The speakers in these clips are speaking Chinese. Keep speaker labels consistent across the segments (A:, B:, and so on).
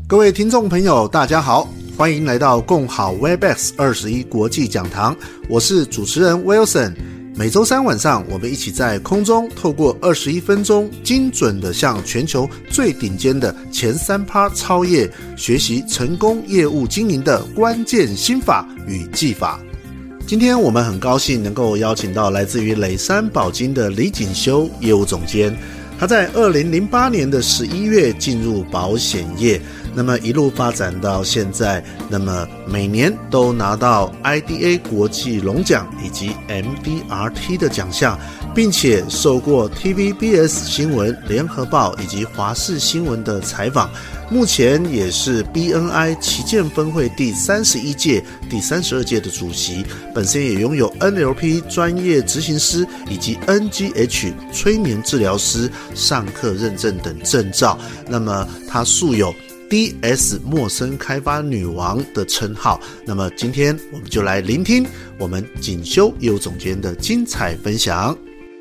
A: 各位听众朋友大家好，欢迎来到共好 Webex 21国际讲堂，我是主持人 Wilson。每周三晚上，我们一起在空中透过21分钟，精准地向全球最顶尖的前3%超业，学习成功业务经营的关键心法与技法。今天我们很高兴能够邀请到来自于磊山保金的李锦修业务总监。他在2008年的11月进入保险业，那么一路发展到现在，那么每年都拿到 IDA 国际龙奖以及 MDRT 的奖项，并且受过 TVBS 新闻、联合报以及华视新闻的采访。目前也是 BNI 旗舰分会第31届、第32届的主席，本身也拥有 NLP 专业执行师以及 NGH 催眠治疗师上课认证等证照。那么他素有 DS 陌生开发女王的称号。那么今天我们就来聆听我们锦修业务总监的精彩分享。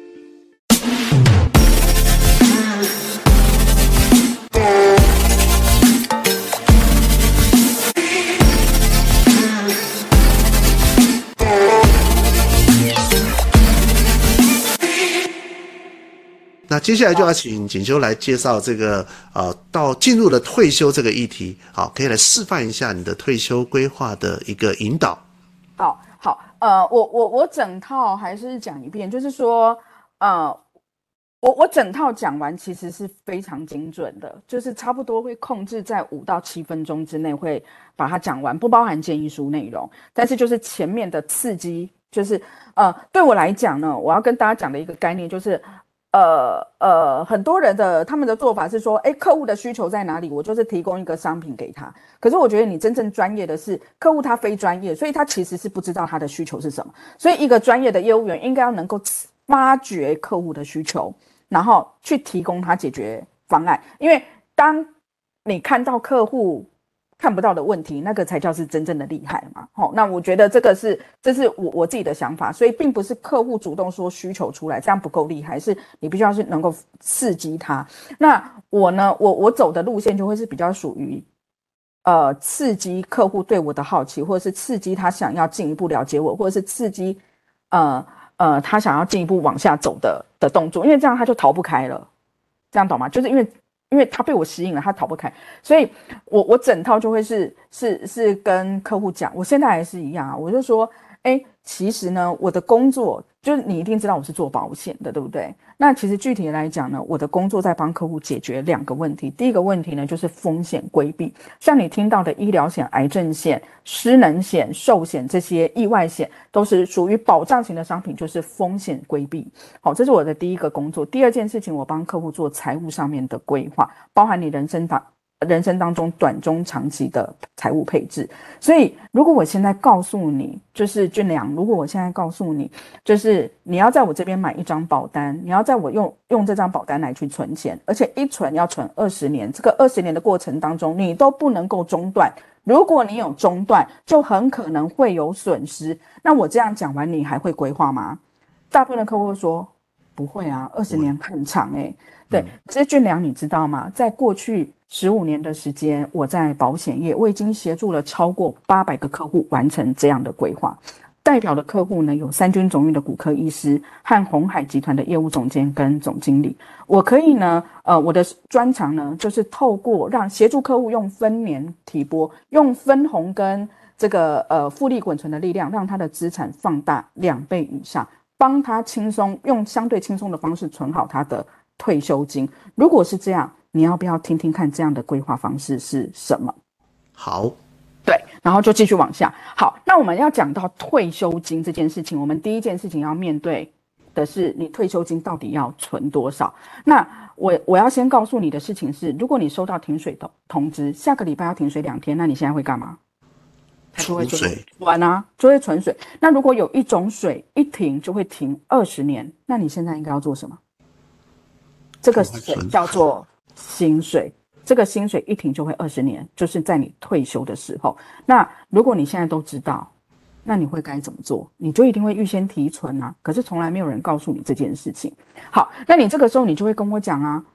A: 那接下来就要请锦修来介绍这个到进入了退休这个议题，好，可以来示范一下你的退休规划的一个引导。
B: 好，我整套还是讲一遍，就是说，我整套讲完其实是非常精准的，就是差不多会控制在5到7分钟之内会把它讲完，不包含建议书内容，但是就是前面的刺激，就是对我来讲呢，我要跟大家讲的一个概念就是。很多人他们的做法是说，客户的需求在哪里，我就是提供一个商品给他。可是我觉得你真正专业的是客户他非专业，所以他其实是不知道他的需求是什么。所以一个专业的业务员应该要能够发掘客户的需求，然后去提供他解决方案。因为当你看到客户看不到的问题，那个才叫是真正的厉害嘛。那我觉得这是我自己的想法，所以并不是客户主动说需求出来，这样不够厉害，是你必须要是能够刺激他。那我呢，我走的路线就会是比较属于刺激客户对我的好奇，或者是刺激他想要进一步了解我，或者是刺激他想要进一步往下走的动作，因为这样他就逃不开了，这样懂吗？就是因为他被我吸引了，他逃不开，所以我整套就会是跟客户讲，我现在还是一样啊，我就说，其实呢，我的工作就是你一定知道我是做保险的，对不对？那其实具体来讲呢，我的工作在帮客户解决2个问题。第一个问题呢，就是风险规避，像你听到的医疗险、癌症险、失能险、寿险这些意外险，都是属于保障型的商品，就是风险规避。好，这是我的第一个工作。第二件事情，我帮客户做财务上面的规划，包含你人生当中短中长期的财务配置。所以如果我现在告诉你，就是俊良，如果我现在告诉你，就是你要在我这边买一张保单，你要在我用这张保单来去存钱，而且一存要存20年，这个20年的过程当中你都不能够中断，如果你有中断就很可能会有损失。那我这样讲完，你还会规划吗？大部分的客户会说不会啊，20年很长对，其实俊良你知道吗？在过去15年的时间，我在保险业，我已经协助了超过800个客户完成这样的规划。代表的客户呢，有三军总医的骨科医师和鸿海集团的业务总监跟总经理。我可以呢，我的专长呢，就是透过让协助客户用分年提拨，用分红跟这个复利滚存的力量，让他的资产放大2倍以上，帮他用相对轻松的方式存好他的退休金。如果是这样，你要不要听听看这样的规划方式是什么？
A: 好，
B: 对，然后就继续往下。好，那我们要讲到退休金这件事情，我们第一件事情要面对的是你退休金到底要存多少。那我要先告诉你的事情是，如果你收到停水通知，下个礼拜要停水2天，那你现在会干嘛？它就会
A: 水
B: 完啊，就会存水。那如果有一种水一停就会停20年，那你现在应该要做什么？这个水叫做薪水，这个薪水一停就会20年，就是在你退休的时候。那如果你现在都知道，那你会该怎么做？你就一定会预先提存啊，可是从来没有人告诉你这件事情。好，那你这个时候你就会跟我讲啊，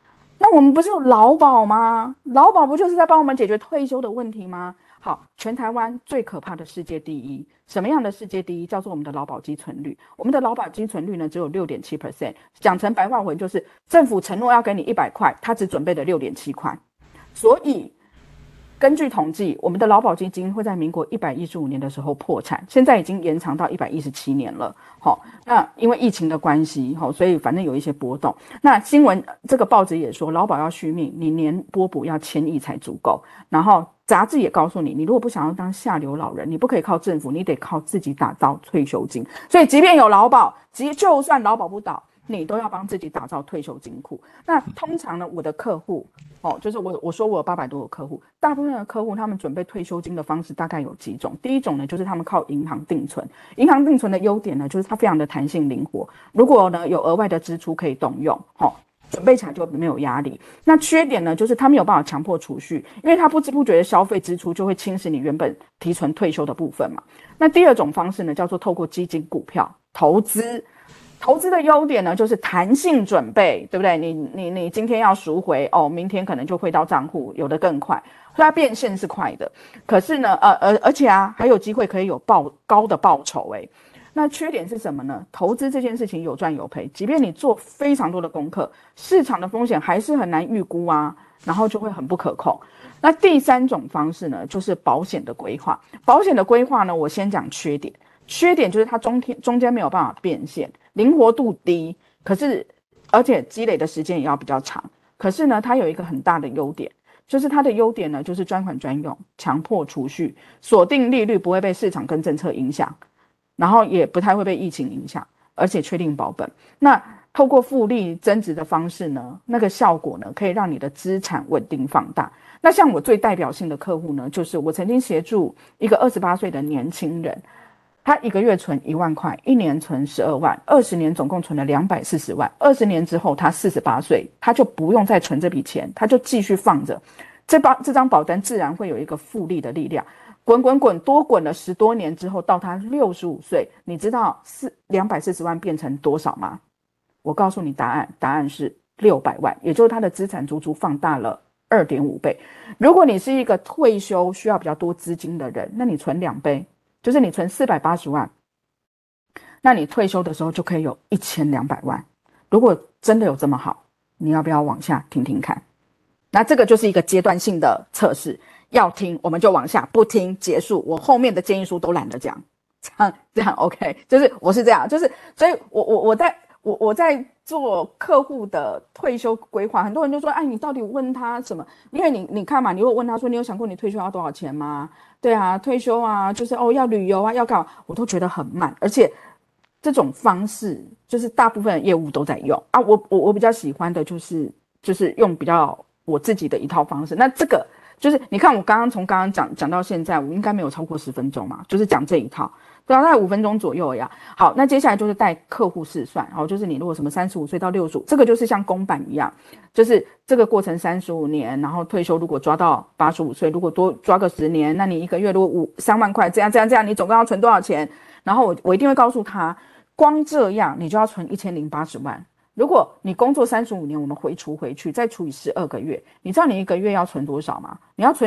B: 那我们不是有劳保吗？劳保不就是在帮我们解决退休的问题吗？好，全台湾最可怕的世界第一，什么样的世界第一？叫做我们的劳保积存率。我们的劳保积存率呢，只有6.7%，讲成白话文就是政府承诺要给你100块，他只准备了6.7块。所以根据统计，我们的劳保基金会在民国115年的时候破产，现在已经延长到117年了。好，那因为疫情的关系，所以反正有一些波动。那新闻这个报纸也说，劳保要续命，你年拨补要1000亿才足够。然后杂志也告诉你，你如果不想要当下流老人，你不可以靠政府，你得靠自己打造退休金。所以即便有劳保，就算劳保不倒，你都要帮自己打造退休金库。那通常呢，我的客户就是我说我有800多个客户，大部分的客户他们准备退休金的方式大概有几种。第一种呢，就是他们靠银行定存。银行定存的优点呢，就是它非常的弹性灵活，如果呢有额外的支出可以动用，准备起来就没有压力。那缺点呢，就是它没有办法强迫储蓄，因为它不知不觉的消费支出就会侵蚀你原本提存退休的部分嘛。那第二种方式呢，叫做透过基金股票投资。投资的优点呢，就是弹性准备，对不对？你今天要赎回明天可能就汇到账户，有的更快，所以它变现是快的。可是呢，而且还有机会可以有高的报酬那缺点是什么呢？投资这件事情有赚有赔，即便你做非常多的功课，市场的风险还是很难预估啊，然后就会很不可控。那第三种方式呢，就是保险的规划。保险的规划呢，我先讲缺点。缺点就是它中间没有办法变现，灵活度低，而且积累的时间也要比较长。可是呢，它有一个很大的优点，就是它的优点呢，就是专款专用，强迫储蓄，锁定利率不会被市场跟政策影响，然后也不太会被疫情影响，而且确定保本。那透过复利增值的方式呢，那个效果呢，可以让你的资产稳定放大。那像我最代表性的客户呢，就是我曾经协助一个28岁的年轻人。他1个月存1万块，1年存12万，20年总共存了240万。20年之后，他48岁，他就不用再存这笔钱，他就继续放着。这张保单自然会有一个复利的力量，滚，多滚了10多年之后，到他65岁，你知道240万变成多少吗？我告诉你答案是600万，也就是他的资产足足放大了2.5倍。如果你是一个退休需要比较多资金的人，那你存2倍。就是你存480万，那你退休的时候就可以有1200万。如果真的有这么好，你要不要往下听听看？那这个就是一个阶段性的测试，要听我们就往下，不听结束。我后面的建议书都懒得讲，这样 OK， 就是我是这样，就是所以我在做客户的退休规划，很多人就说，哎，你到底问他什么？因为你看嘛，你如果问他说，你有想过你退休要多少钱吗？对啊，退休啊，就是要旅游啊，要干嘛，我都觉得很慢，而且这种方式就是大部分的业务都在用啊。我比较喜欢的就是用比较我自己的一套方式。那这个就是你看我从刚刚讲到现在，我应该没有超过10分钟嘛，就是讲这一套。对啊，大概5分钟左右呀。好，那接下来就是带客户试算，就是你如果什么35岁到65，这个就是像公版一样，就是这个过程35年，然后退休如果抓到85岁，如果多抓个10年，那你1个月如果3万块，这样，你总共要存多少钱？然后我一定会告诉他，光这样你就要存1080万。如果你工作35年，我们回去，再除以12个月，你知道你1个月要存多少吗？你要存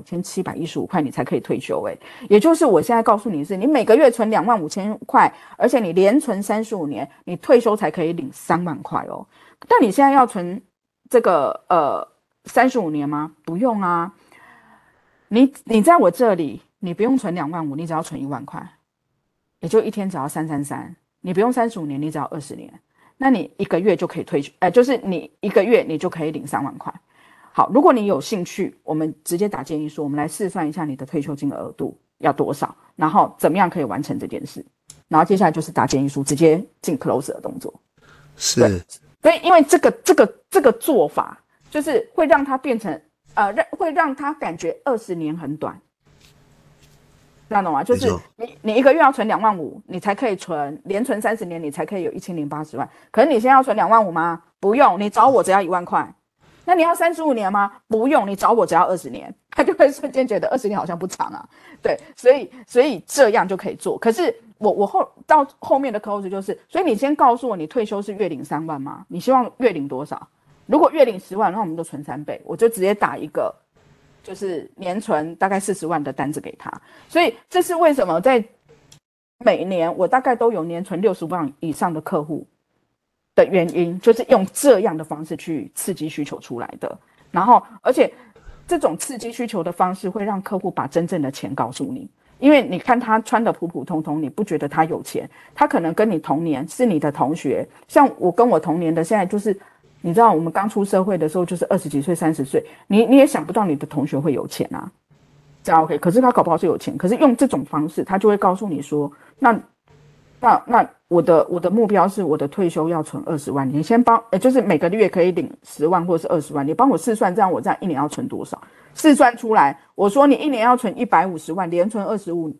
B: 25715块，你才可以退休也就是我现在告诉你的是，你每个月存25000块，而且你连存35年，你退休才可以领3万块但你现在要存这个35年吗？不用啊。你在我这里，你不用存2万5，你只要存1万块，也就一天只要333，你不用35年，你只要20年。那你1个月就可以退休，就是你1个月你就可以领3万块。好，如果你有兴趣，我们直接打建议书，我们来试算一下你的退休金额度要多少，然后怎么样可以完成这件事。然后接下来就是打建议书，直接进 close 的动作。
A: 是，
B: 所以因为这个做法，就是会让它变成会让他感觉20年很短。这样懂吗？就是你1个月要存2万5，你才可以连存30年，你才可以有1080万。可是你现在要存2万5吗？不用，你找我只要1万块。那你要35年吗？不用，你找我只要20年。他就会瞬间觉得20年好像不长啊。对，所以这样就可以做。可是我到后面的 close 就是，所以你先告诉我，你退休是月领3万吗？你希望月领多少？ 如果月领10万，那我们就存3倍，我就直接打一个就是年存大概40万的单子给他。所以这是为什么在每年我大概都有年存60万以上的客户的原因，就是用这样的方式去刺激需求出来的。然后而且这种刺激需求的方式会让客户把真正的钱告诉你，因为你看他穿的普普通通，你不觉得他有钱，他可能跟你同年，是你的同学，像我跟我同年的现在就是你知道我们刚出社会的时候就是20几岁30岁，你也想不到你的同学会有钱啊，这样 OK， 可是他搞不好是有钱，可是用这种方式他就会告诉你说，那我的目标是我的退休要存20万，你先帮就是每个月可以领10万或者是20万，你帮我试算，这样我这样一年要存多少？试算出来，我说你一年要存150万，连存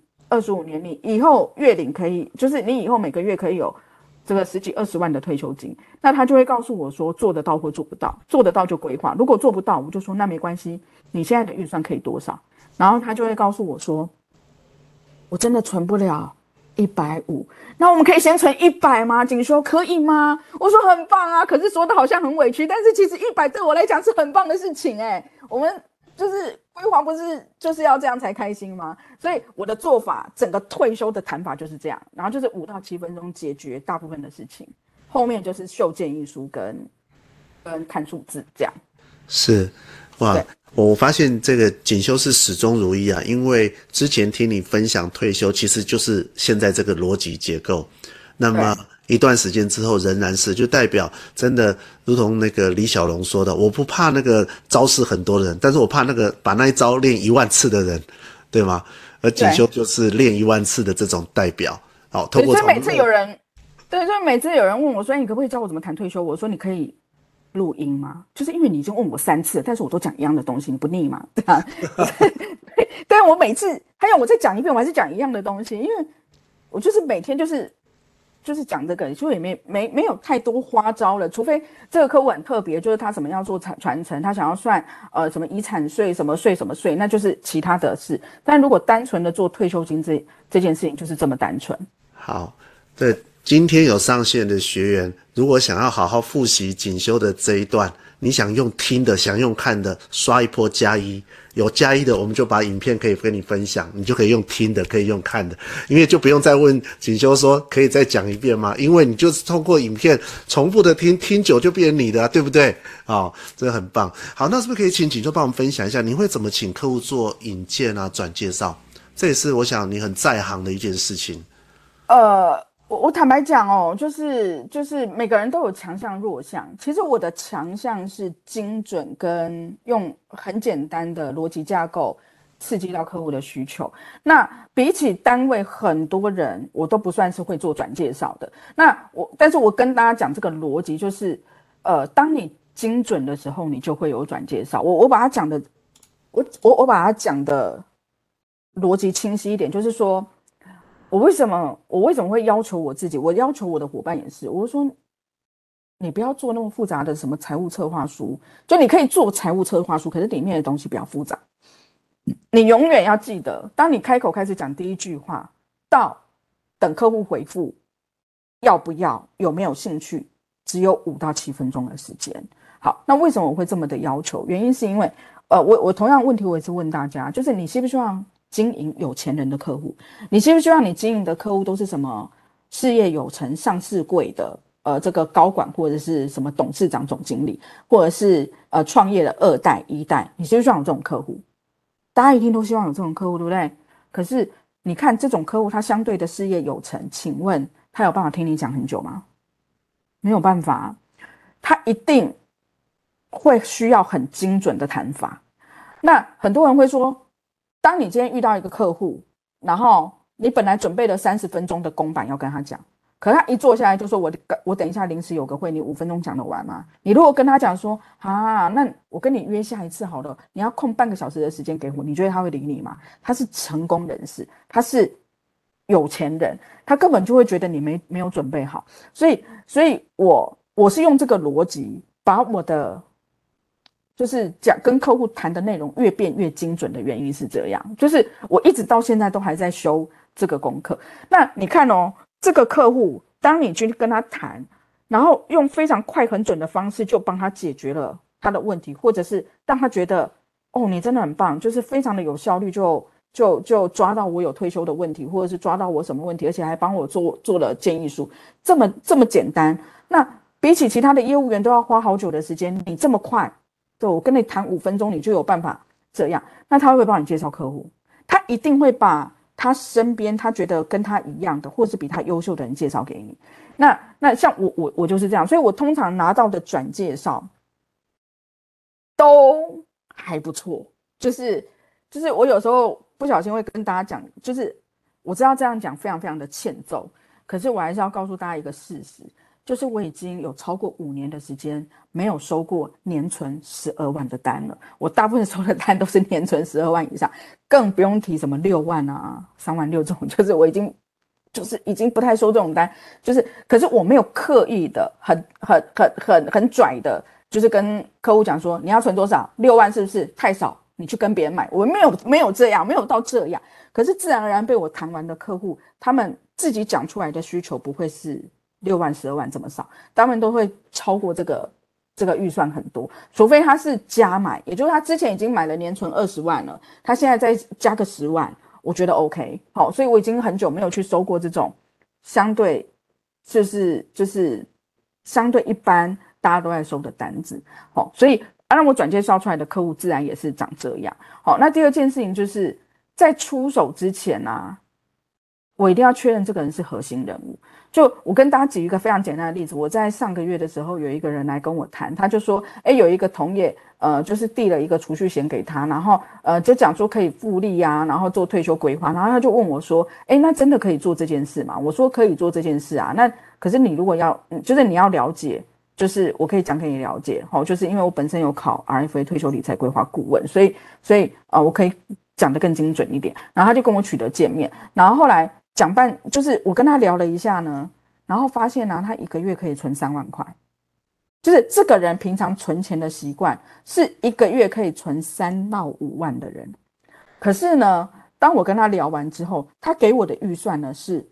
B: 25年，你以后月领可以，就是你以后每个月可以有这个10几20万的退休金。那他就会告诉我说做得到或做不到，做得到就规划，如果做不到我就说那没关系，你现在的预算可以多少？然后他就会告诉我说我真的存不了150，那我们可以先存100吗？锦绣可以吗？我说很棒啊，可是说的好像很委屈，但是其实100对我来讲是很棒的事情我们就是规划不是就是要这样才开心吗？所以我的做法，整个退休的谈法就是这样，然后就是5到7分钟解决大部分的事情，后面就是秀建议书跟看数字这样。
A: 是，哇！我发现这个锦绣是始终如一啊，因为之前听你分享退休，其实就是现在这个逻辑结构。那么一段时间之后仍然是，就代表真的如同那个李小龙说的，我不怕那个招式很多的人，但是我怕那个把那一招练1万次的人，对吗？而锦绣就是练1万次的这种代表。好，透过
B: 所以每次有人问我说你可不可以教我怎么谈退休，我说你可以录音吗？就是因为你已经问我3次了，但是我都讲一样的东西，你不腻吗？对吧？对，我每次还有我再讲一遍，我还是讲一样的东西，因为我就是每天就是讲这个，就也没有太多花招了，除非这个客户很特别，就是他什么要做传承，他想要算什么遗产税什么税什么税，那就是其他的事。但如果单纯的做退休金这件事情，就是这么单纯。好，
A: 对。今天有上线的学员，如果想要好好复习锦绣的这一段，你想用听的，想用看的，刷一波+1，有+1的，我们就把影片可以跟你分享，你就可以用听的，可以用看的，因为就不用再问锦绣说可以再讲一遍吗？因为你就是通过影片重复的听久就变成你的对不对？这个很棒。好，那是不是可以请锦绣帮我们分享一下，你会怎么请客户做引荐啊、转介绍？这也是我想你很在行的一件事情。
B: 我坦白讲就是每个人都有强项弱项。其实我的强项是精准跟用很简单的逻辑架构刺激到客户的需求。那比起单位很多人，我都不算是会做转介绍的。但是我跟大家讲这个逻辑，就是当你精准的时候，你就会有转介绍。我把它讲的，我把它讲的逻辑清晰一点，就是说。我为什么会要求我自己？我要求我的伙伴也是，我说你不要做那么复杂的什么财务策划书，就你可以做财务策划书，可是里面的东西比较复杂。你永远要记得，当你开口开始讲第一句话，到等客户回复要不要、有没有兴趣，只有5到7分钟的时间。好，那为什么我会这么的要求？原因是因为我同样问题我也是问大家，就是你希不希望经营有钱人的客户？你希不希望你经营的客户都是什么事业有成、上市柜的这个高管，或者是什么董事长、总经理，或者是创业的2代、1代？你希不希望有这种客户？大家一定都希望有这种客户，对不对？可是你看这种客户，他相对的事业有成，请问他有办法听你讲很久吗？没有办法，他一定会需要很精准的谈法。那很多人会说，当你今天遇到一个客户，然后你本来准备了30分钟的公版要跟他讲，可是他一坐下来就说我等一下临时有个会，你5分钟讲得完吗？你如果跟他讲说那我跟你约下一次好了，你要空半个小时的时间给我，你觉得他会理你吗？他是成功人士，他是有钱人，他根本就会觉得你没有准备好。所以我是用这个逻辑把我的就是讲跟客户谈的内容越变越精准的原因是这样，就是我一直到现在都还在修这个功课。那你看这个客户当你去跟他谈， 然后用非常快很准的方式就帮他解决了他的问题，或者是让他觉得哦，你真的很棒，就是非常的有效率，就抓到我有退休的问题，或者是抓到我什么问题，而且还帮我做了建议书，这么简单。那比起其他的业务员都要花好久的时间，你这么快，对，我跟你谈5分钟，你就有办法这样。那他会不会帮你介绍客户？他一定会把他身边他觉得跟他一样的，或是比他优秀的人介绍给你。那像我就是这样，所以我通常拿到的转介绍都还不错，就是我有时候不小心会跟大家讲，就是我知道这样讲非常非常的欠揍，可是我还是要告诉大家一个事实，就是我已经有超过5年的时间没有收过年存12万的单了。我大部分收的单都是年存12万以上，更不用提什么6万啊、3万6这种，就是我已经不太收这种单，可是我没有刻意的很拽的，就是跟客户讲说你要存多少，6万是不是太少？你去跟别人买，我没有这样，没有到这样。可是自然而然被我谈完的客户，他们自己讲出来的需求不会是6万、12万这么少，他们都会超过这个预算很多，除非他是加买，也就是他之前已经买了年存20万了，他现在再加个10万，我觉得 OK。好，所以我已经很久没有去收过这种相对就是相对一般大家都在收的单子。好，所以让我转介绍出来的客户自然也是长这样。好，那第二件事情就是在出手之前啊，我一定要确认这个人是核心人物。就我跟大家举一个非常简单的例子，我在上个月的时候有一个人来跟我谈，他就说有一个同业就是递了一个储蓄险给他，然后就讲说可以复利啊，然后做退休规划，然后他就问我说那真的可以做这件事吗？我说可以做这件事啊，那可是你如果要就是你要了解，就是我可以讲给你了解，就是因为我本身有考 RFA 退休理财规划顾问，所以我可以讲得更精准一点。然后他就跟我取得见面，然后后来讲半，就是我跟他聊了一下呢，然后发现他1个月可以存3万块，就是这个人平常存钱的习惯是1个月可以存3到5万的人。可是呢，当我跟他聊完之后，他给我的预算呢是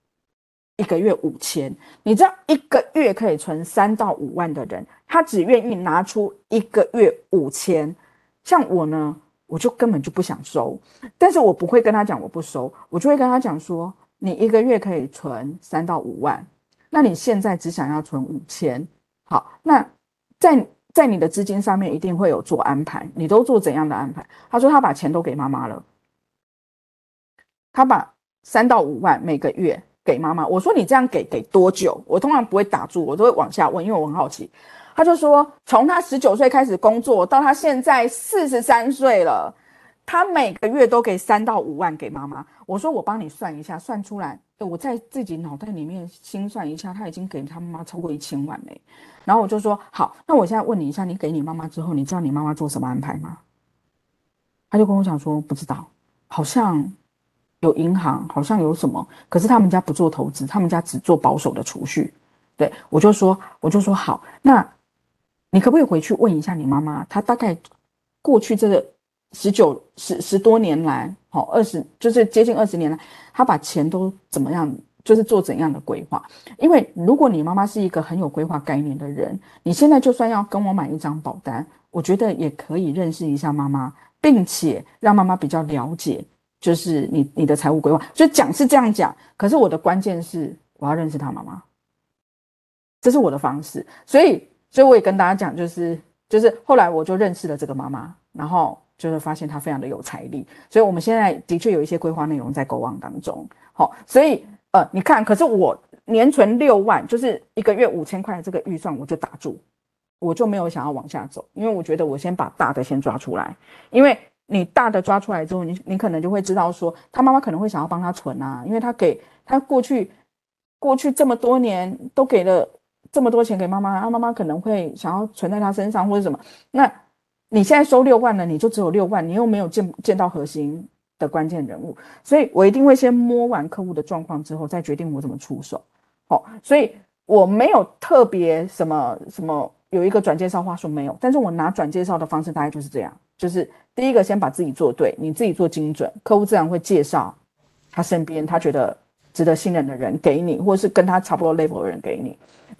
B: 1个月5000，你知道1个月可以存3到5万的人，他只愿意拿出1个月5000。像我呢，我就根本就不想收，但是我不会跟他讲我不收，我就会跟他讲说，你1个月可以存3到5万，那你现在只想要存5000，好，那在你的资金上面一定会有做安排，你都做怎样的安排？他说他把钱都给妈妈了，他把3到5万每个月给妈妈。我说你这样给多久？我通常不会打住，我都会往下问，因为我很好奇。他就说从他19岁开始工作到他现在43岁了，他每个月都给3到5万给妈妈。我说我帮你算一下，算出来我在自己脑袋里面心算一下，他已经给他妈妈超过1000万嘞。然后我就说好，那我现在问你一下，你给你妈妈之后，你知道你妈妈做什么安排吗？他就跟我讲说不知道，好像有银行，好像有什么，可是他们家不做投资，他们家只做保守的储蓄。对，我就说好，那你可不可以回去问一下你妈妈，她大概过去这个十多年来，20就是接近20年来，她把钱都怎么样，就是做怎样的规划？因为如果你妈妈是一个很有规划概念的人，你现在就算要跟我买一张保单，我觉得也可以认识一下妈妈，并且让妈妈比较了解，就是你的财务规划。就讲是这样讲，可是我的关键是我要认识她妈妈，这是我的方式。所以我也跟大家讲，就是后来我就认识了这个妈妈，然后就是发现她非常的有财力，所以我们现在的确有一些规划内容在Go On当中。所以你看，可是我年存6万，就是1个月5000块的这个预算，我就打住，我就没有想要往下走，因为我觉得我先把大的先抓出来，因为你大的抓出来之后，你可能就会知道说，他妈妈可能会想要帮他存啊，因为他过去这么多年都给了这么多钱给妈妈，妈妈可能会想要存在他身上或者什么。那你现在收6万了，你就只有6万，你又没有见到核心的关键人物，所以我一定会先摸完客户的状况之后，再决定我怎么出手。所以我没有特别什么有一个转介绍话术没有，但是我拿转介绍的方式大概就是这样，就是第一个先把自己做对，你自己做精准，客户自然会介绍他身边他觉得值得信任的人给你，或是跟他差不多 level 的人给你。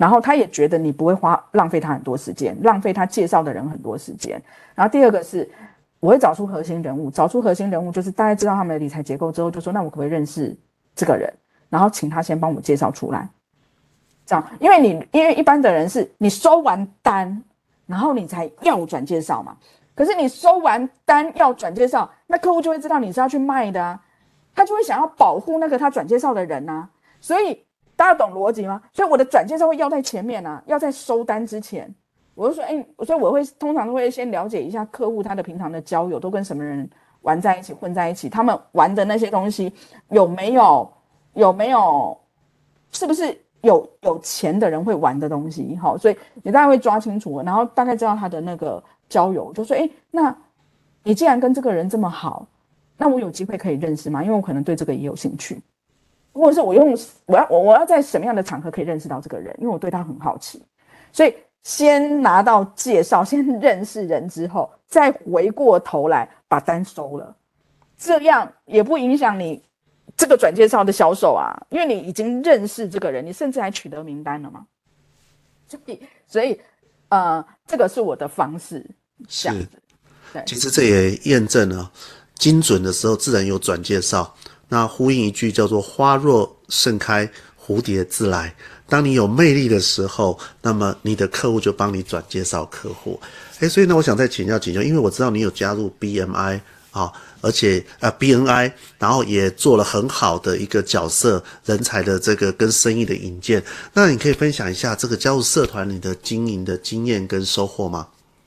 B: 然后他也觉得你不会浪费他很多时间，浪费他介绍的人很多时间。然后第二个是我会找出核心人物，找出核心人物就是大概知道他们的理财结构之后，就说那我可不可以认识这个人，然后请他先帮我介绍出来。这样，因为一般的人是你收完单，然后你才要转介绍嘛。可是你收完单要转介绍，那客户就会知道你是要去卖的啊，他就会想要保护那个他转介绍的人啊。所以大家懂逻辑吗？所以我的转介绍会要在前面啊，要在收单之前。我就说，所以我会通常都会先了解一下客户他的平常的交友都跟什么人玩在一起、混在一起，他们玩的那些东西有没有是不是有钱的人会玩的东西？好，所以你大概会抓清楚，然后大概知道他的那个交友，就说，那你既然跟这个人这么好，那我有机会可以认识吗？因为我可能对这个也有兴趣，或者是我要在什么样的场合可以认识到这个人？因为我对他很好奇，所以先拿到介绍，先认识人之后，再回过头来把单收了，这样也不影响你这个转介绍的销售啊，因为你已经认识这个人，你甚至还取得名单了嘛。所以这个是我的方式，这样子。对，
A: 其实这也验证了精准的时候自然有转介绍。那呼应一句叫做花若盛开，蝴蝶自来。当你有魅力的时候，那么你的客户就帮你转介绍客户。所以呢，我想再请教，因为我知道你有加入 BMI 而且BNI， 然后也做了很好的一个角色人才的这个跟生意的引荐。那你可以分享一下这个加入社团你的经营的经验跟收获吗？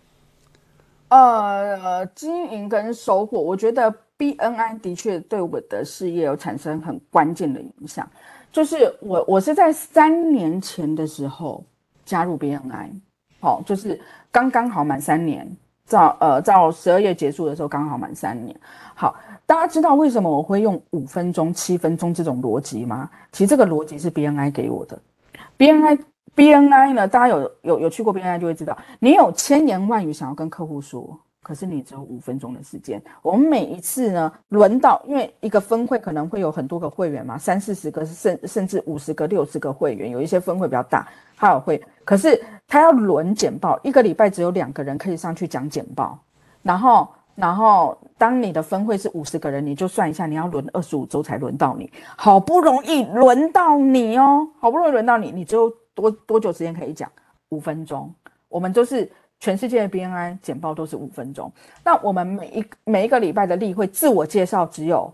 B: 经营跟收获，我觉得 BNI 的确对我的事业有产生很关键的影响。就是我是在3年前的时候加入 BNI， 就是刚刚好满3年，照12月结束的时候刚好满3年。好，大家知道为什么我会用5分钟、7分钟这种逻辑吗？其实这个逻辑是 BNI 给我的。BNI 呢，大家有去过 BNI 就会知道，你有千言万语想要跟客户说，可是你只有5分钟的时间。我们每一次呢，轮到，因为一个分会可能会有很多个会员嘛，30-40个甚至50个、60个会员，有一些分会比较大，他有会，可是他要轮简报，一个礼拜只有2个人可以上去讲简报，然后当你的分会是50个人，你就算一下，你要轮25周才轮到你，好不容易轮到你哦，你只有多久时间可以讲？5分钟。我们都是全世界的 BNI 简报都是5分钟，那我们每一个礼拜的例会自我介绍只有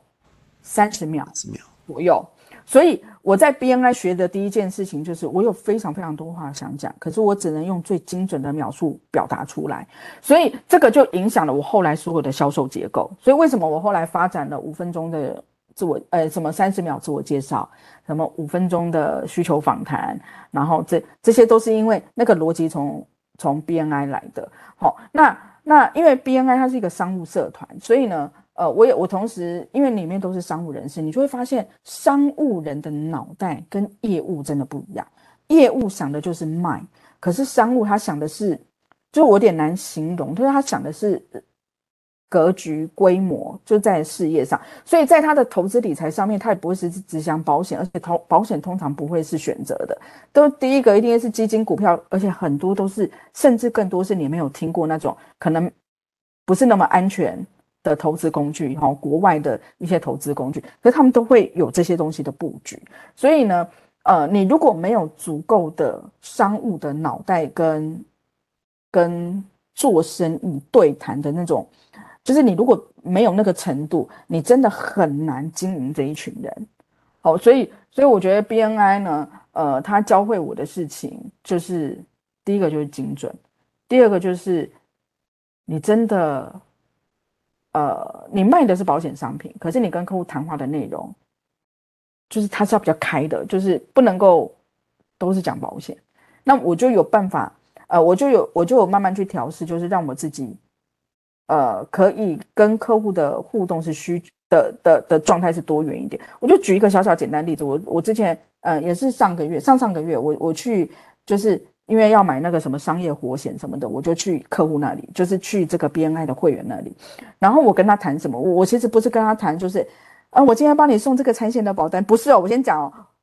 B: 30秒左右，所以我在 BNI 学的第一件事情就是我有非常非常多话想讲，可是我只能用最精准的描述表达出来，所以这个就影响了我后来所有的销售结构。所以为什么我后来发展了5分钟的什么30秒自我介绍，什么5分钟的需求访谈，然后这些都是因为那个逻辑从 BNI 来的。好，那因为 BNI 它是一个商务社团，所以呢我同时因为里面都是商务人士，你就会发现商务人的脑袋跟业务真的不一样。业务想的就是卖，可是商务他想的是，就我有点难形容，就是他想的是格局规模，就在事业上，所以在他的投资理财上面，他也不会是只想保险，而且保险通常不会是选择的，都第一个一定是基金股票，而且很多都是，甚至更多是你没有听过那种可能不是那么安全的投资工具，国外的一些投资工具，可是他们都会有这些东西的布局。所以呢你如果没有足够的商务的脑袋跟做生意对谈的那种，就是你如果没有那个程度，你真的很难经营这一群人。好，所以我觉得 BNI 呢它教会我的事情就是第一个就是精准，第二个就是你真的你卖的是保险商品，可是你跟客户谈话的内容就是它是要比较开的，就是不能够都是讲保险。那我就有办法我就有慢慢去调试，就是让我自己可以跟客户的互动是的状态是多元一点。我就举一个小小简单例子，我之前也是上个月我去，就是因为要买那个什么商业活险什么的，我就去客户那里，就是去这个 BNI 的会员那里，然后我跟他谈什么，我其实不是跟他谈就是我今天帮你送这个产险的保单，不是哦，我先讲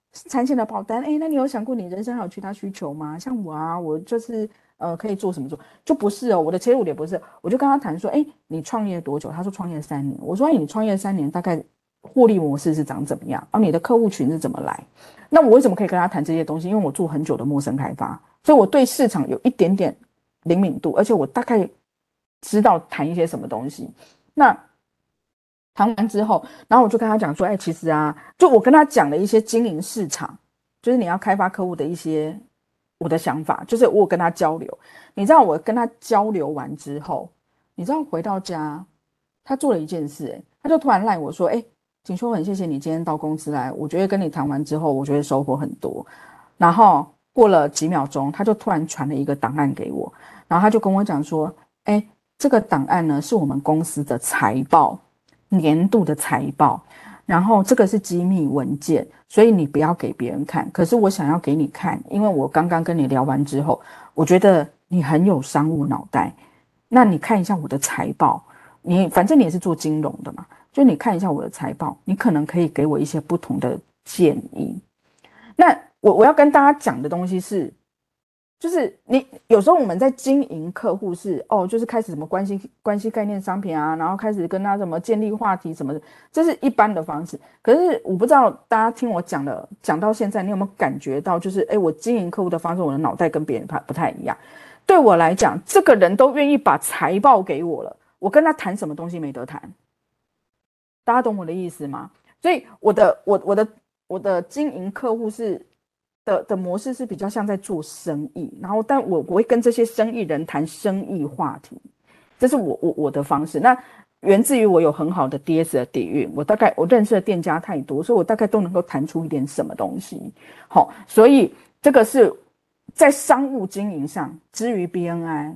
B: 产险的保单，那你有想过你人生还有其他需求吗？像我啊，我就是可以做什么做，就不是哦，我的切入点不是，我就跟他谈说，你创业多久？他说创业3年，我说你创业3年大概获利模式是长怎么样？你的客户群是怎么来？那我为什么可以跟他谈这些东西？因为我做很久的陌生开发，所以我对市场有一点点灵敏度，而且我大概知道谈一些什么东西。那谈完之后，然后我就跟他讲说，其实啊，就我跟他讲了一些经营市场，就是你要开发客户的一些我的想法，就是我有跟他交流。你知道我跟他交流完之后，你知道回到家，他做了一件事，他就突然赖我说，锦绣，很谢谢你今天到公司来，我觉得跟你谈完之后，我觉得收获很多。然后过了几秒钟，他就突然传了一个档案给我，然后他就跟我讲说，这个档案呢是我们公司的财报。年度的财报，然后这个是机密文件，所以你不要给别人看。可是我想要给你看，因为我刚刚跟你聊完之后，我觉得你很有商务脑袋。那你看一下我的财报，反正你也是做金融的嘛，就你看一下我的财报，你可能可以给我一些不同的建议。那我要跟大家讲的东西是，就是你有时候我们在经营客户是就是开始什么关系概念商品啊，然后开始跟他什么建立话题什么的，这是一般的方式。可是我不知道大家听我讲到现在，你有没有感觉到，就是我经营客户的方式，我的脑袋跟别人不太一样。对我来讲，这个人都愿意把财报给我了，我跟他谈什么东西没得谈。大家懂我的意思吗？所以我的经营客户的模式是比较像在做生意，然后但我会跟这些生意人谈生意话题，这是我的方式。那源自于我有很好的 DS 的底蕴，我认识的店家太多，所以我大概都能够谈出一点什么东西。好，所以这个是在商务经营上，至于 BNI，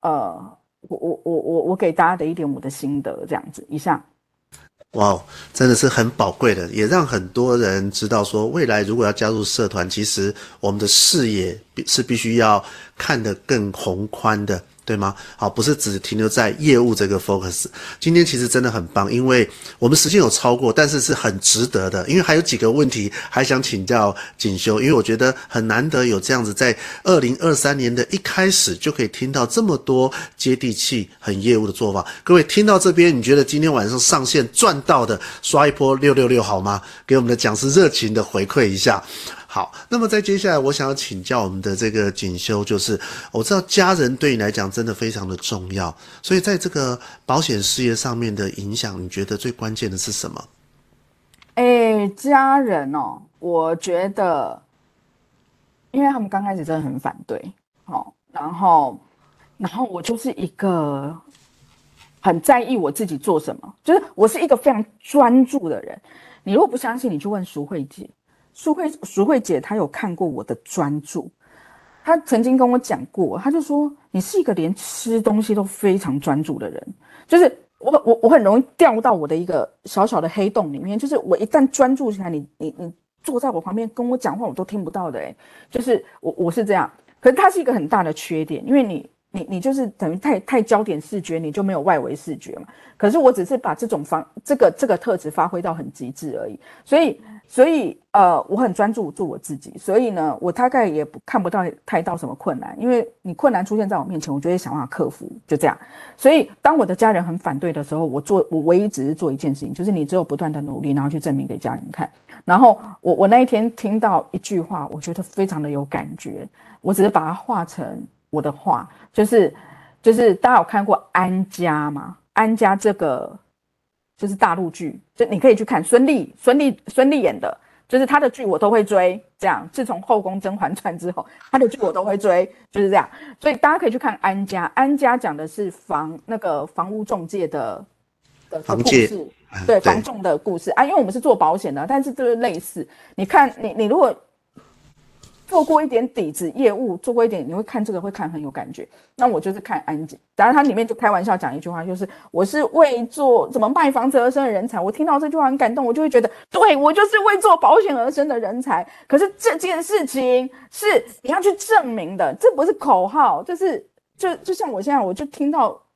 B: 我给大家的一点我的心得，这样子。以上。
A: 哇，真的是很宝贵的，也让很多人知道说，未来如果要加入社团，其实我们的视野是必须要看得更宏宽的，对吗？好，不是只停留在业务这个 focus。今天其实真的很棒，因为我们时间有超过，但是是很值得的，因为还有几个问题还想请教锦绣，因为我觉得很难得有这样子在2023年的一开始就可以听到这么多接地气、很业务的做法。各位听到这边，你觉得今天晚上上线赚到的，刷一波666好吗？给我们的讲师热情的回馈一下。好，那么在接下来我想要请教我们的这个锦绣，就是我知道家人对你来讲真的非常的重要，所以在这个保险事业上面的影响，你觉得最关键的是什么？
B: 家人我觉得因为他们刚开始真的很反对，然后我就是一个很在意我自己做什么，就是我是一个非常专注的人。你如果不相信，你去问淑慧姐。淑慧姐她有看过我的专注，她曾经跟我讲过，她就说你是一个连吃东西都非常专注的人，就是我很容易掉到我的一个小小的黑洞里面，就是我一旦专注起来，你坐在我旁边跟我讲话我都听不到的，就是我是这样。可是它是一个很大的缺点，因为你就是等于太焦点视觉，你就没有外围视觉嘛。可是我只是把这个特质发挥到很极致而已，所以我很专注做我自己，所以呢，我大概也看不到太到什么困难，因为你困难出现在我面前，我就会想办法克服，就这样。所以当我的家人很反对的时候，我唯一只是做一件事情，就是你只有不断的努力，然后去证明给家人看。然后我那一天听到一句话，我觉得非常的有感觉，我只是把它画成我的话，就是大家有看过安家吗？安家这个就是大陆剧，就你可以去看孙俪演的，就是她的剧我都会追。这样，自从《后宫甄嬛传》之后，她的剧我都会追，就是这样。所以大家可以去看安家。安家讲的是房屋中介的故事，对房仲的故事啊。因为我们是做保险的，但是就是类似。你看，你如果做过一点底子业务，做过一点，你会看这个会看很有感觉。那我就是看安吉，然后他里面就开玩笑讲一句话，就是我是为做怎么卖房子而生的人才。我听到这句话很感动，我就会觉得，对，我就是为做保险而生的人才。可是这件事情是你要去证明的，这不是口号，就像我现在我就听到，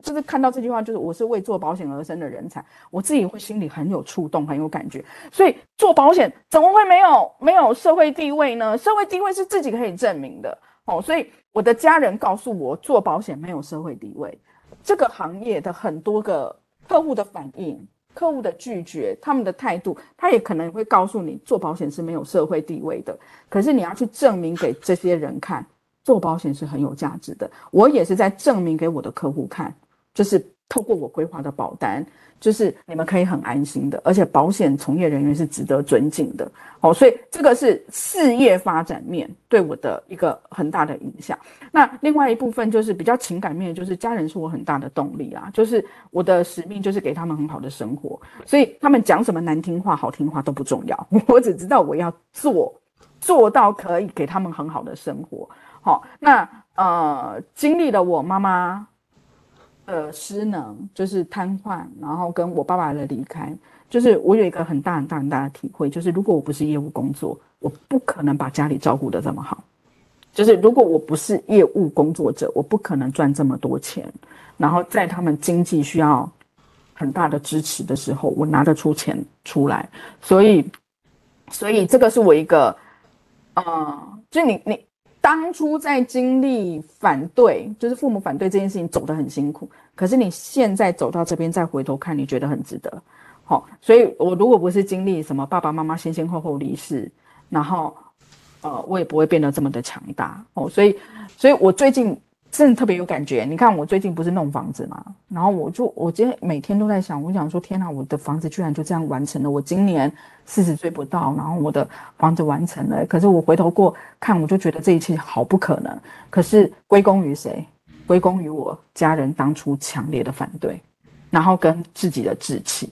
B: 就是看到这句话，就是我是为做保险而生的人才，我自己会心里很有触动，很有感觉。所以做保险怎么会没有社会地位呢？社会地位是自己可以证明的。所以我的家人告诉我，做保险没有社会地位。这个行业的很多个客户的反应、客户的拒绝、他们的态度，他也可能会告诉你，做保险是没有社会地位的。可是你要去证明给这些人看，做保险是很有价值的。我也是在证明给我的客户看，就是透过我规划的保单，就是你们可以很安心的，而且保险从业人员是值得尊敬的。所以这个是事业发展面对我的一个很大的影响。那另外一部分就是比较情感面，就是家人是我很大的动力啦，就是我的使命就是给他们很好的生活，所以他们讲什么难听话好听话都不重要，我只知道我要做到可以给他们很好的生活。那经历了我妈妈失能，就是瘫痪，然后跟我爸爸的离开，就是我有一个很大的体会，就是如果我不是业务工作，我不可能把家里照顾得这么好。就是如果我不是业务工作者，我不可能赚这么多钱，然后在他们经济需要很大的支持的时候，我拿得出钱出来。所以这个是我一个就你当初在经历反对，就是父母反对这件事情走得很辛苦，可是你现在走到这边再回头看，你觉得很值得。所以我如果不是经历什么爸爸妈妈先后离世，然后我也不会变得这么的强大。所以我最近真的特别有感觉。你看我最近不是弄房子嘛，然后我今天每天都在想，我想说天哪，我的房子居然就这样完成了。我今年40岁不到，然后我的房子完成了。可是我回头过看，我就觉得这一切好不可能。可是归功于谁？归功于我家人当初强烈的反对，然后跟自己的志气。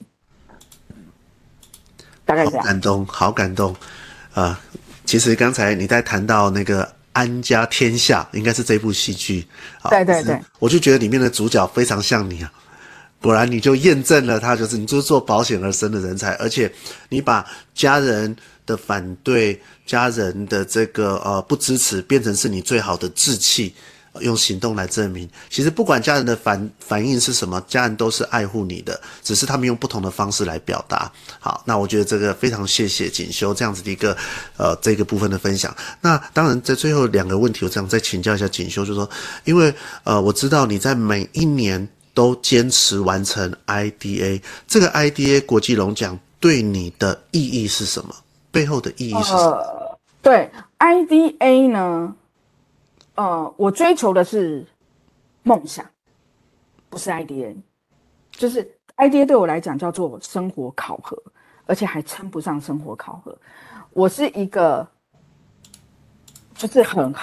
B: 大概这样。
A: 好感动其实刚才你在谈到那个安家天下，应该是这部戏剧。
B: 对，
A: 我就觉得里面的主角非常像你啊，果然你就验证了他就是你就是做保险而生的人才，而且你把家人的反对、家人的这个不支持变成是你最好的志气。用行动来证明，其实不管家人的反应是什么，家人都是爱护你的，只是他们用不同的方式来表达。好，那我觉得这个非常谢谢锦绣这样子的一个这个部分的分享。那当然在最后2个问题，我这样再请教一下锦绣，就是说，因为我知道你在每一年都坚持完成 IDA， 这个 IDA 国际龙奖对你的意义是什么？背后的意义是什么？
B: 对 IDA 呢？我追求的是梦想，不是 IDA。就是 IDA 对我来讲叫做生活考核，而且还称不上生活考核。我是一个，就是很，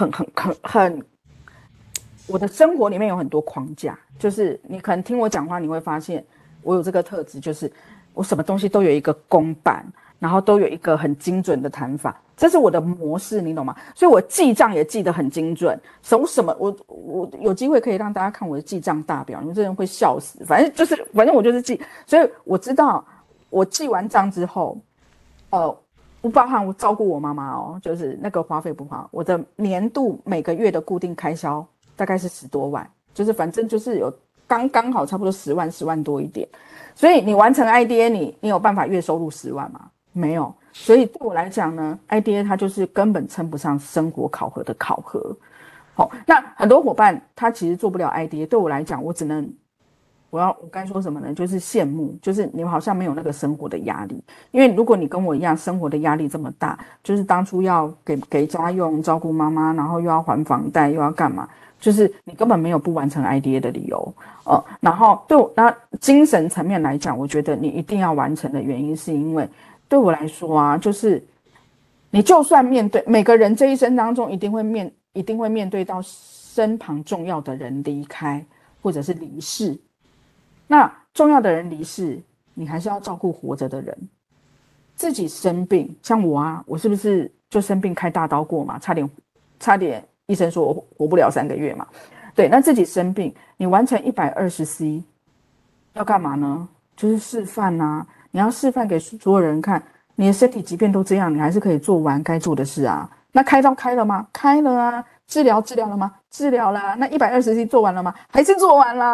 B: 我的生活里面有很多框架。就是你可能听我讲话，你会发现我有这个特质，就是我什么东西都有一个公版，然后都有一个很精准的谈法。这是我的模式，你懂吗？所以我记账也记得很精准。什么我有机会可以让大家看我的记账大表，你们这人会笑死。反正我就是记，所以我知道我记完账之后，不包含我照顾我妈妈就是那个花费不花，我的年度每个月的固定开销大概是10多万，就是反正就是有刚好差不多10万多一点。所以你完成 IDA， 你有办法月收入10万吗？没有。所以对我来讲呢 ，IDA 它就是根本称不上生活考核的考核。那很多伙伴他其实做不了 IDA， 对我来讲，我该说什么呢？就是羡慕，就是你们好像没有那个生活的压力。因为如果你跟我一样，生活的压力这么大，就是当初要给家用、照顾妈妈，然后又要还房贷，又要干嘛，就是你根本没有不完成 IDA 的理由。然后那精神层面来讲，我觉得你一定要完成的原因，是因为对我来说啊，就是你就算面对每个人这一生当中，一定会面对到身旁重要的人离开或者是离世。那重要的人离世，你还是要照顾活着的人。自己生病，像我是不是就生病开大刀过嘛？差点医生说我活不了3个月嘛。对，那自己生病，你完成120C 要干嘛呢？就是示范啊。你要示范给所有人看，你的身体即便都这样，你还是可以做完该做的事啊。那开刀开了吗？开了啊。治疗了吗？治疗啦。那120C 做完了吗？还是做完啦。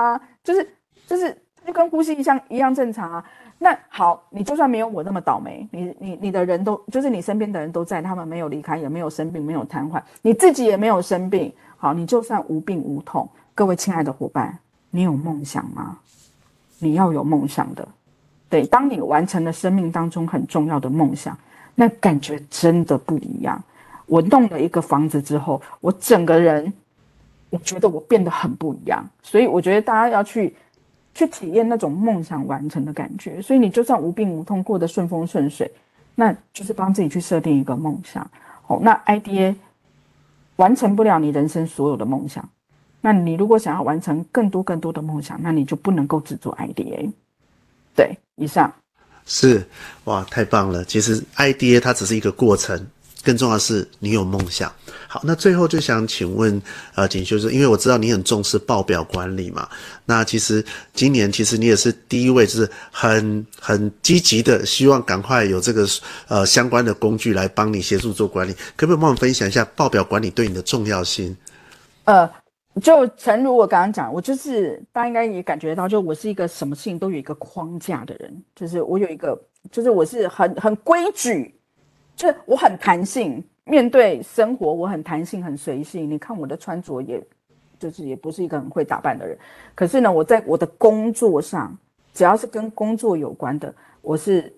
B: 就跟呼吸一样正常啊。那好，你就算没有我那么倒霉，你的人都就是你身边的人都在，他们没有离开，也没有生病，没有瘫痪，你自己也没有生病，好，你就算无病无痛，各位亲爱的伙伴，你有梦想吗？你要有梦想的，对，当你完成了生命当中很重要的梦想，那感觉真的不一样。我弄了一个房子之后，我整个人，我觉得我变得很不一样，所以我觉得大家要去体验那种梦想完成的感觉。所以你就算无病无痛，过得顺风顺水，那就是帮自己去设定一个梦想。那 IDA 完成不了你人生所有的梦想，那你如果想要完成更多的梦想，那你就不能够只做 IDA。对，以上
A: 是，哇，太棒了！其实 IDA 它只是一个过程，更重要的是你有梦想。好，那最后就想请问锦绣，因为我知道你很重视报表管理嘛，那其实今年其实你也是第一位，就是很积极的，希望赶快有这个相关的工具来帮你协助做管理，可不可以帮我们分享一下报表管理对你的重要性？
B: 就诚如我刚刚讲，我就是大家应该也感觉到，就我是一个什么事情都有一个框架的人，就是我有一个，就是我是很规矩，就是我很弹性，面对生活我很弹性很随性。你看我的穿着也不是一个很会打扮的人，可是呢，我在我的工作上，只要是跟工作有关的，我是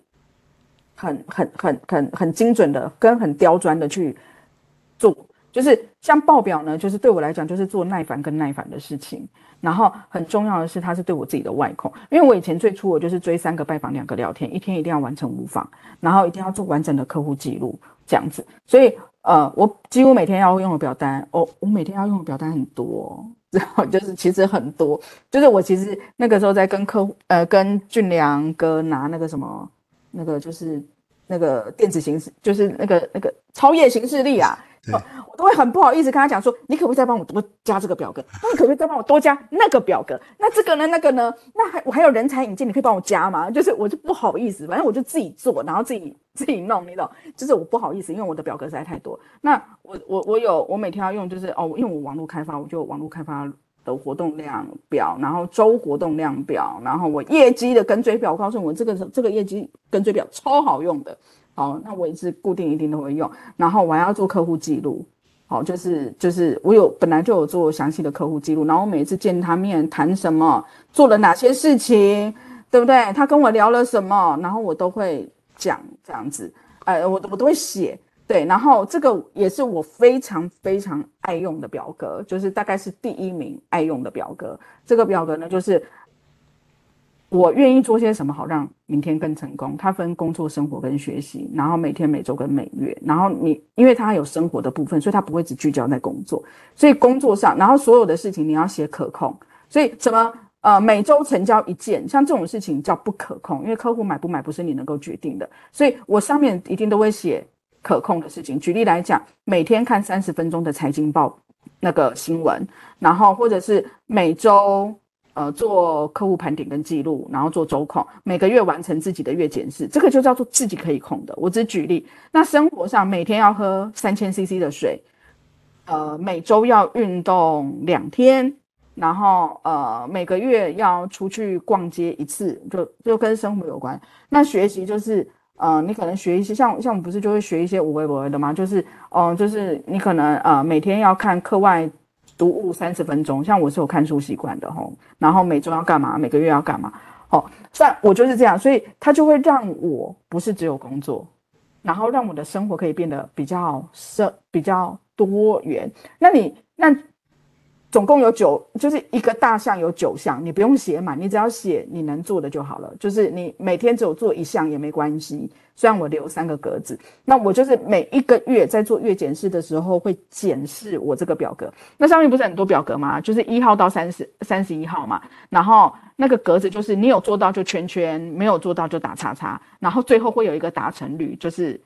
B: 很精准的跟很刁钻的去做。就是像报表呢，就是对我来讲就是做耐烦的事情，然后很重要的是它是对我自己的外控，因为我以前最初我就是追3个拜访2个聊天，一天一定要完成5访，然后一定要做完整的客户记录这样子，所以我几乎每天要用的表单，我每天要用的表单很多，然后就是其实很多，就是我其实那个时候在跟跟俊良哥拿那个什么那个就是那个电子形式，就是那个超业形式力啊。我都会很不好意思跟他讲说，你可不可以再帮我多加这个表格？那你可不可以再帮我多加那个表格？那这个呢？那个呢？那我还有人才引荐，你可以帮我加吗？就是我就不好意思，反正我就自己做，然后自己弄，你懂？就是我不好意思，因为我的表格实在太多。那我每天要用，就是因为我网络开发，我就有网络开发的活动量表，然后周活动量表，然后我业绩的跟追表，我告诉你，我这个业绩跟追表超好用的。好，那我也是固定一定都会用，然后我还要做客户记录，好，就是我本来就有做详细的客户记录，然后我每次见他面谈什么，做了哪些事情，对不对？他跟我聊了什么，然后我都会讲这样子，我都会写，对，然后这个也是我非常非常爱用的表格，就是大概是第1名爱用的表格。这个表格呢，就是我愿意做些什么好让明天更成功，它分工作、生活跟学习，然后每天、每周跟每月，然后因为它有生活的部分，所以它不会只聚焦在工作，所以工作上，然后所有的事情你要写可控，所以什么每周成交1件，像这种事情叫不可控，因为客户买不买不是你能够决定的，所以我上面一定都会写可控的事情。举例来讲，每天看30分钟的财经报那个新闻，然后或者是每周做客户盘点跟记录，然后做周控，每个月完成自己的月检视，这个就叫做自己可以控的。我只举例，那生活上每天要喝3000cc 的水，每周要运动2天，然后每个月要出去逛街1次，就跟生活有关。那学习就是你可能学一些像我们不是就会学一些无为不为的吗？就是就是你可能每天要看课外读物30分钟，像我是有看书习惯的吼，然后每周要干嘛，每个月要干嘛，像我就是这样，所以它就会让我不是只有工作，然后让我的生活可以变得比较多元。那总共有就是一个大项有9项，你不用写满，你只要写你能做的就好了。就是你每天只有做1项也没关系，虽然我留3个格子。那我就是每1个月在做月检视的时候会检视我这个表格。那上面不是很多表格吗？就是1号到31号嘛。然后那个格子就是你有做到就圈圈，没有做到就打叉叉。然后最后会有一个达成率，就是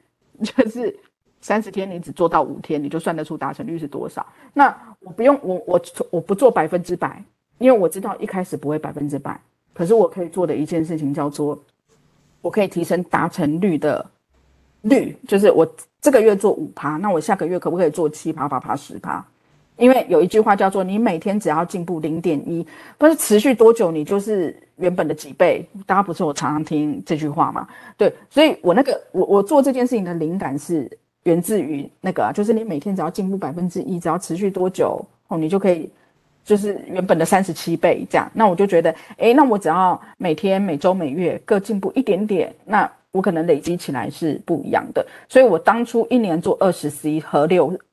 B: 30天你只做到5天，你就算得出达成率是多少。那我不用我不做100%，因为我知道一开始不会100%，可是我可以做的一件事情叫做，我可以提升达成率的率，就是我这个月做5%，那我下个月可不可以做7%、8%、10%？ 因为有一句话叫做你每天只要进步0.1，不是持续多久你就是原本的几倍。大家不是我常常听这句话吗？对，所以我做这件事情的灵感是源自于那个就是你每天只要进步1%，只要持续多久你就可以就是原本的37倍这样。那我就觉得那我只要每天每周每月各进步一点点，那我可能累积起来是不一样的。所以我当初一年做20C 合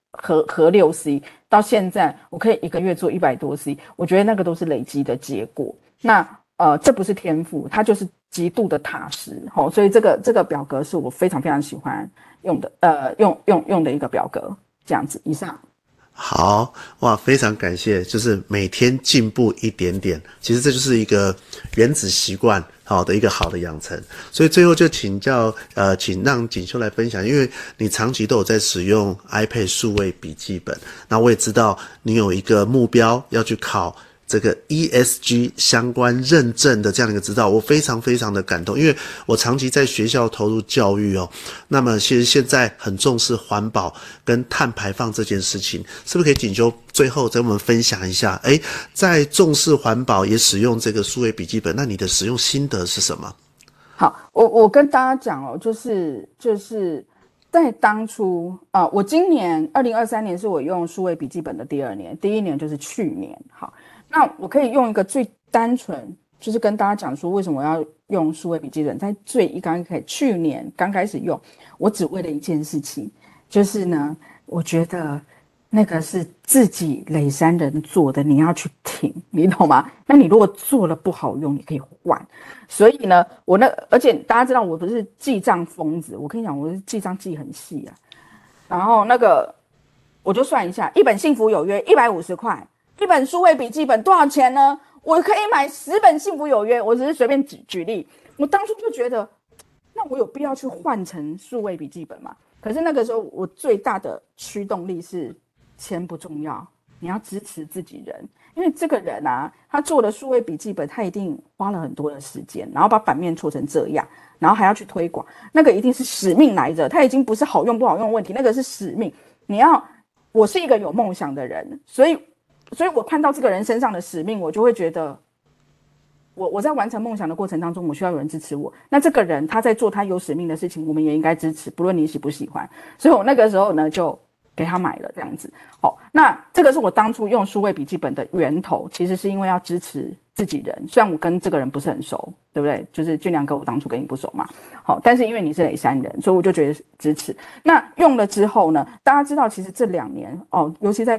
B: 6C，到现在我可以一个月做100多C，我觉得那个都是累积的结果。那这不是天赋，它就是极度的踏实。所以这个表格是我非常非常喜欢用的，用的一个表格，这样子。以上。
A: 好哇，非常感谢，就是每天进步一点点，其实这就是一个原子习惯好的一个好的养成。所以最后就请让锦绣来分享，因为你长期都有在使用 iPad 数位笔记本，那我也知道你有一个目标要去考这个 ESG 相关认证的这样的一个执照，我非常非常的感动，因为我长期在学校投入教育那么其实现在很重视环保跟碳排放这件事情，是不是可以锦绣最后再跟我们分享一下，在重视环保也使用这个数位笔记本，那你的使用心得是什么？
B: 好，我跟大家讲就是在当初我今年2023年是我用数位笔记本的第2年，第1年就是去年。好，那我可以用一个最单纯，就是跟大家讲说为什么我要用数位笔记本。在去年刚开始用，我只为了一件事情，就是呢，我觉得那个是自己磊山人做的，你要去听，你懂吗？那你如果做了不好用，你可以换。所以呢，而且大家知道我不是记账疯子，我跟你讲，我是记账记很细啊。然后我就算一下，一本幸福有约150块，一本数位笔记本多少钱呢？我可以买10本幸福有约，我只是随便举例。我当初就觉得，那我有必要去换成数位笔记本吗？可是那个时候我最大的驱动力是钱不重要，你要支持自己人。因为这个人他做的数位笔记本，他一定花了很多的时间，然后把版面做成这样，然后还要去推广，那个一定是使命来着，他已经不是好用不好用的问题，那个是使命。我是一个有梦想的人，所以我看到这个人身上的使命，我就会觉得我在完成梦想的过程当中，我需要有人支持我。那这个人他在做他有使命的事情，我们也应该支持，不论你喜不喜欢。所以我那个时候呢，就给他买了这样子。好，那这个是我当初用数位笔记本的源头，其实是因为要支持自己人。虽然我跟这个人不是很熟，对不对？就是俊良哥，我当初跟你不熟嘛。好，但是因为你是磊山人，所以我就觉得支持。那用了之后呢，大家知道，其实这2年尤其在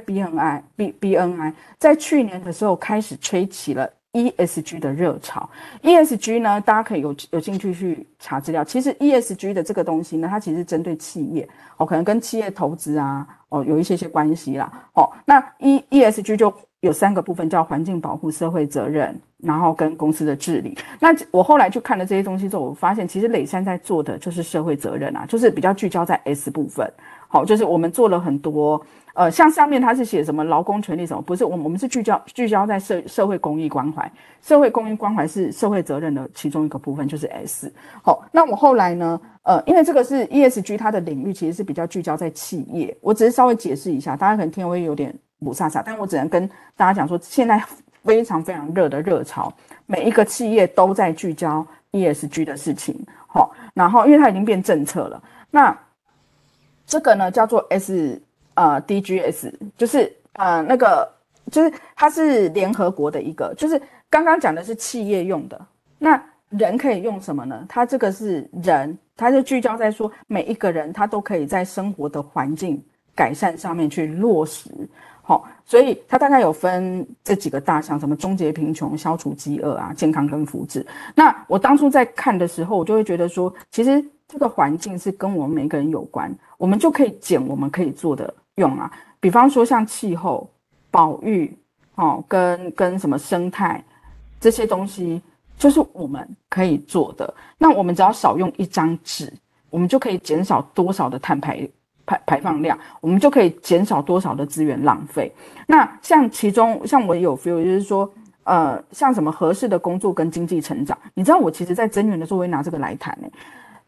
B: BNI 在去年的时候开始吹起了ESG 的热潮。ESG 呢，大家可以有兴趣去查资料。其实 ESG 的这个东西呢，它其实是针对企业可能跟企业投资有一些关系啦。那 ESG 就有3个部分，叫环境保护、社会责任，然后跟公司的治理。那我后来去看了这些东西之后，我发现其实磊山在做的就是社会责任就是比较聚焦在 S 部分。好，就是我们做了很多像上面他是写什么劳工权利什么，不是，我们是聚焦在社会公益关怀。社会公益关怀是社会责任的其中一个部分，就是 S。好，那我后来呢因为这个是 ESG 它的领域其实是比较聚焦在企业，我只是稍微解释一下，大家可能听会有点不飒飒，但我只能跟大家讲说，现在非常非常热的热潮，每一个企业都在聚焦 ESG 的事情。好，然后因为它已经变政策了，那这个呢叫做 SDGs， 就是就是它是联合国的一个，就是刚刚讲的是企业用的，那人可以用什么呢？它这个是人，它就聚焦在说每一个人他都可以在生活的环境改善上面去落实。好，所以它大概有分这几个大项，什么终结贫穷、消除饥饿健康跟福祉。那我当初在看的时候，我就会觉得说，其实这个环境是跟我们每个人有关，我们就可以捡我们可以做的用比方说像气候保育跟什么生态这些东西，就是我们可以做的。那我们只要少用一张纸，我们就可以减少多少的碳排放量，我们就可以减少多少的资源浪费。那其中我也有 feel， 就是说像什么合适的工作跟经济成长，你知道我其实在增援的时候会拿这个来谈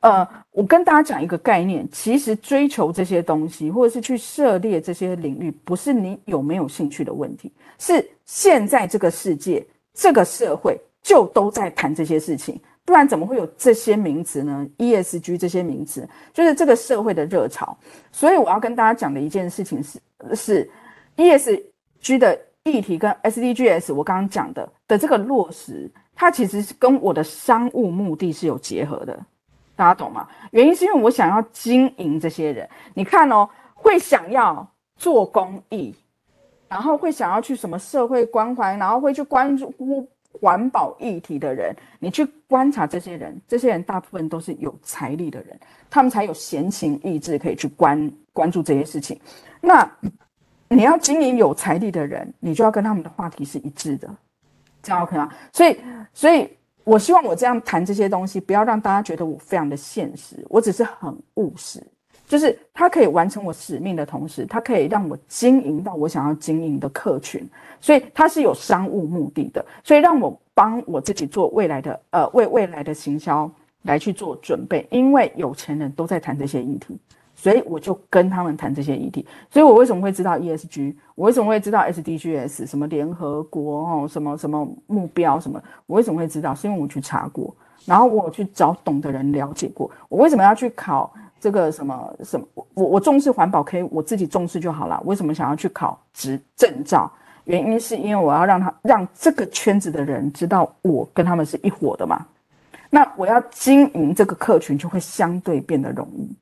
B: 我跟大家讲一个概念，其实追求这些东西，或者是去涉猎这些领域，不是你有没有兴趣的问题，是现在这个世界、这个社会就都在谈这些事情，不然怎么会有这些名词呢 ？ESG 这些名词，就是这个社会的热潮。所以我要跟大家讲的一件事情是 ESG 的议题跟 SDGs 我刚刚讲的这个落实，它其实是跟我的商务目的是有结合的。大家懂吗？原因是因为我想要经营这些人。你看哦，会想要做公益，然后会想要去什么社会关怀，然后会去关注环保议题的人，你去观察这些人，这些人大部分都是有财力的人，他们才有闲情逸致可以去关注这些事情。那你要经营有财力的人，你就要跟他们的话题是一致的，这样 OK 吗？所以我希望我这样谈这些东西，不要让大家觉得我非常的现实，我只是很务实，就是它可以完成我使命的同时，它可以让我经营到我想要经营的客群，所以它是有商务目的的，所以让我帮我自己做未来的为未来的行销来去做准备，因为有钱人都在谈这些议题。所以我就跟他们谈这些议题，所以我为什么会知道 ESG， 我为什么会知道 SDGs， 什么联合国什么目标什么，我为什么会知道？是因为我去查过，然后我去找懂的人了解过。我为什么要去考这个什么？我重视环保，可以我自己重视就好了。为什么想要去考证照？原因是因为我要让这个圈子的人知道我跟他们是一伙的嘛。那我要经营这个客群，就会相对变得容易。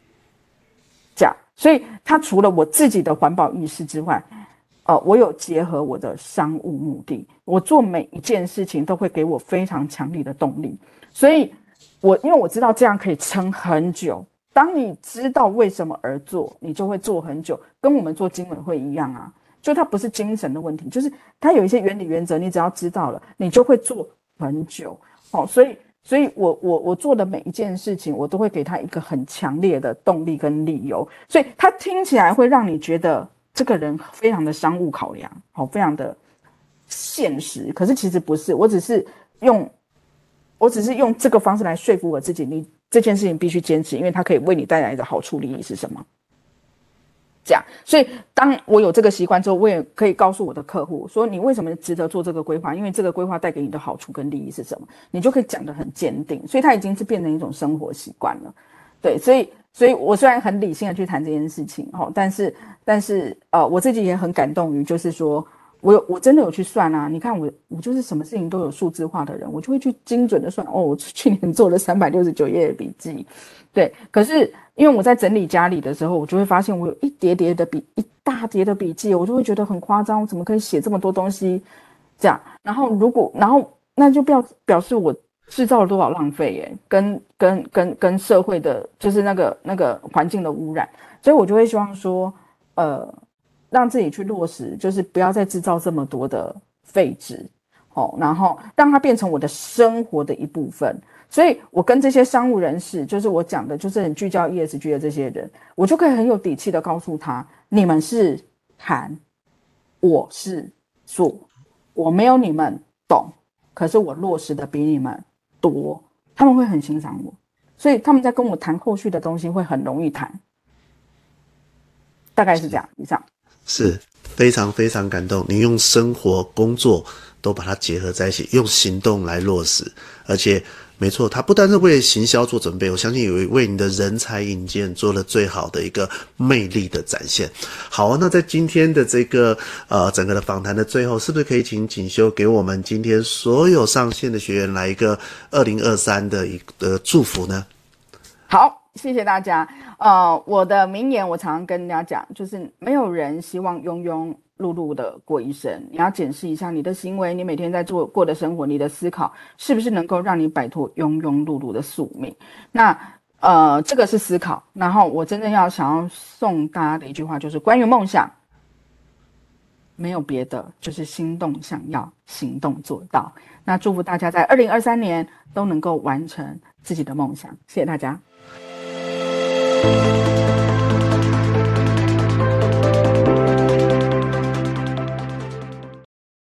B: 所以它除了我自己的环保意识之外，我有结合我的商务目的，我做每一件事情都会给我非常强力的动力。所以因为我知道这样可以撑很久，当你知道为什么而做，你就会做很久，跟我们做经委会一样啊，就它不是精神的问题，就是它有一些原理原则，你只要知道了，你就会做很久。所以我做的每一件事情，我都会给他一个很强烈的动力跟理由，所以他听起来会让你觉得这个人非常的商务考量，非常的现实。可是其实不是，我只是用这个方式来说服我自己，你这件事情必须坚持，因为它可以为你带来的好处利益是什么。这样，所以当我有这个习惯之后，我也可以告诉我的客户说，你为什么值得做这个规划？因为这个规划带给你的好处跟利益是什么，你就可以讲得很坚定。所以它已经是变成一种生活习惯了。对，所以我虽然很理性的去谈这件事情，但是我自己也很感动于，就是说我真的有去算啊。你看我就是什么事情都有数字化的人，我就会去精准的算。我去年做了369页的笔记，对，可是因为我在整理家里的时候，我就会发现我有一大叠的笔记，我就会觉得很夸张，我怎么可以写这么多东西？这样，然后那就表示我制造了多少浪费耶，跟社会的，就是那个环境的污染，所以我就会希望说，让自己去落实，就是不要再制造这么多的废纸，然后让它变成我的生活的一部分。所以我跟这些商务人士，就是我讲的，就是很聚焦 ESG 的这些人，我就可以很有底气的告诉他，你们是谈，我是做，我没有你们懂，可是我落实的比你们多，他们会很欣赏我，所以他们在跟我谈后续的东西会很容易谈，大概是这样。以上
A: 是非常非常感动，你用生活工作都把它结合在一起，用行动来落实，而且没错，他不单是为行销做准备，我相信也为你的人才引荐做了最好的一个魅力的展现。好，那在今天的这个整个的访谈的最后，是不是可以请锦绣给我们今天所有上线的学员来一个2023的一个祝福呢？
B: 好，谢谢大家。我的名言我常常跟人家讲，就是没有人希望庸庸碌碌的过一生，你要检视一下你的行为，你每天在过的生活，你的思考是不是能够让你摆脱庸庸碌碌的宿命。那这个是思考，然后我真正想要送大家的一句话就是关于梦想，没有别的，就是心动想要，行动做到。那祝福大家在2023年都能够完成自己的梦想，谢谢大家。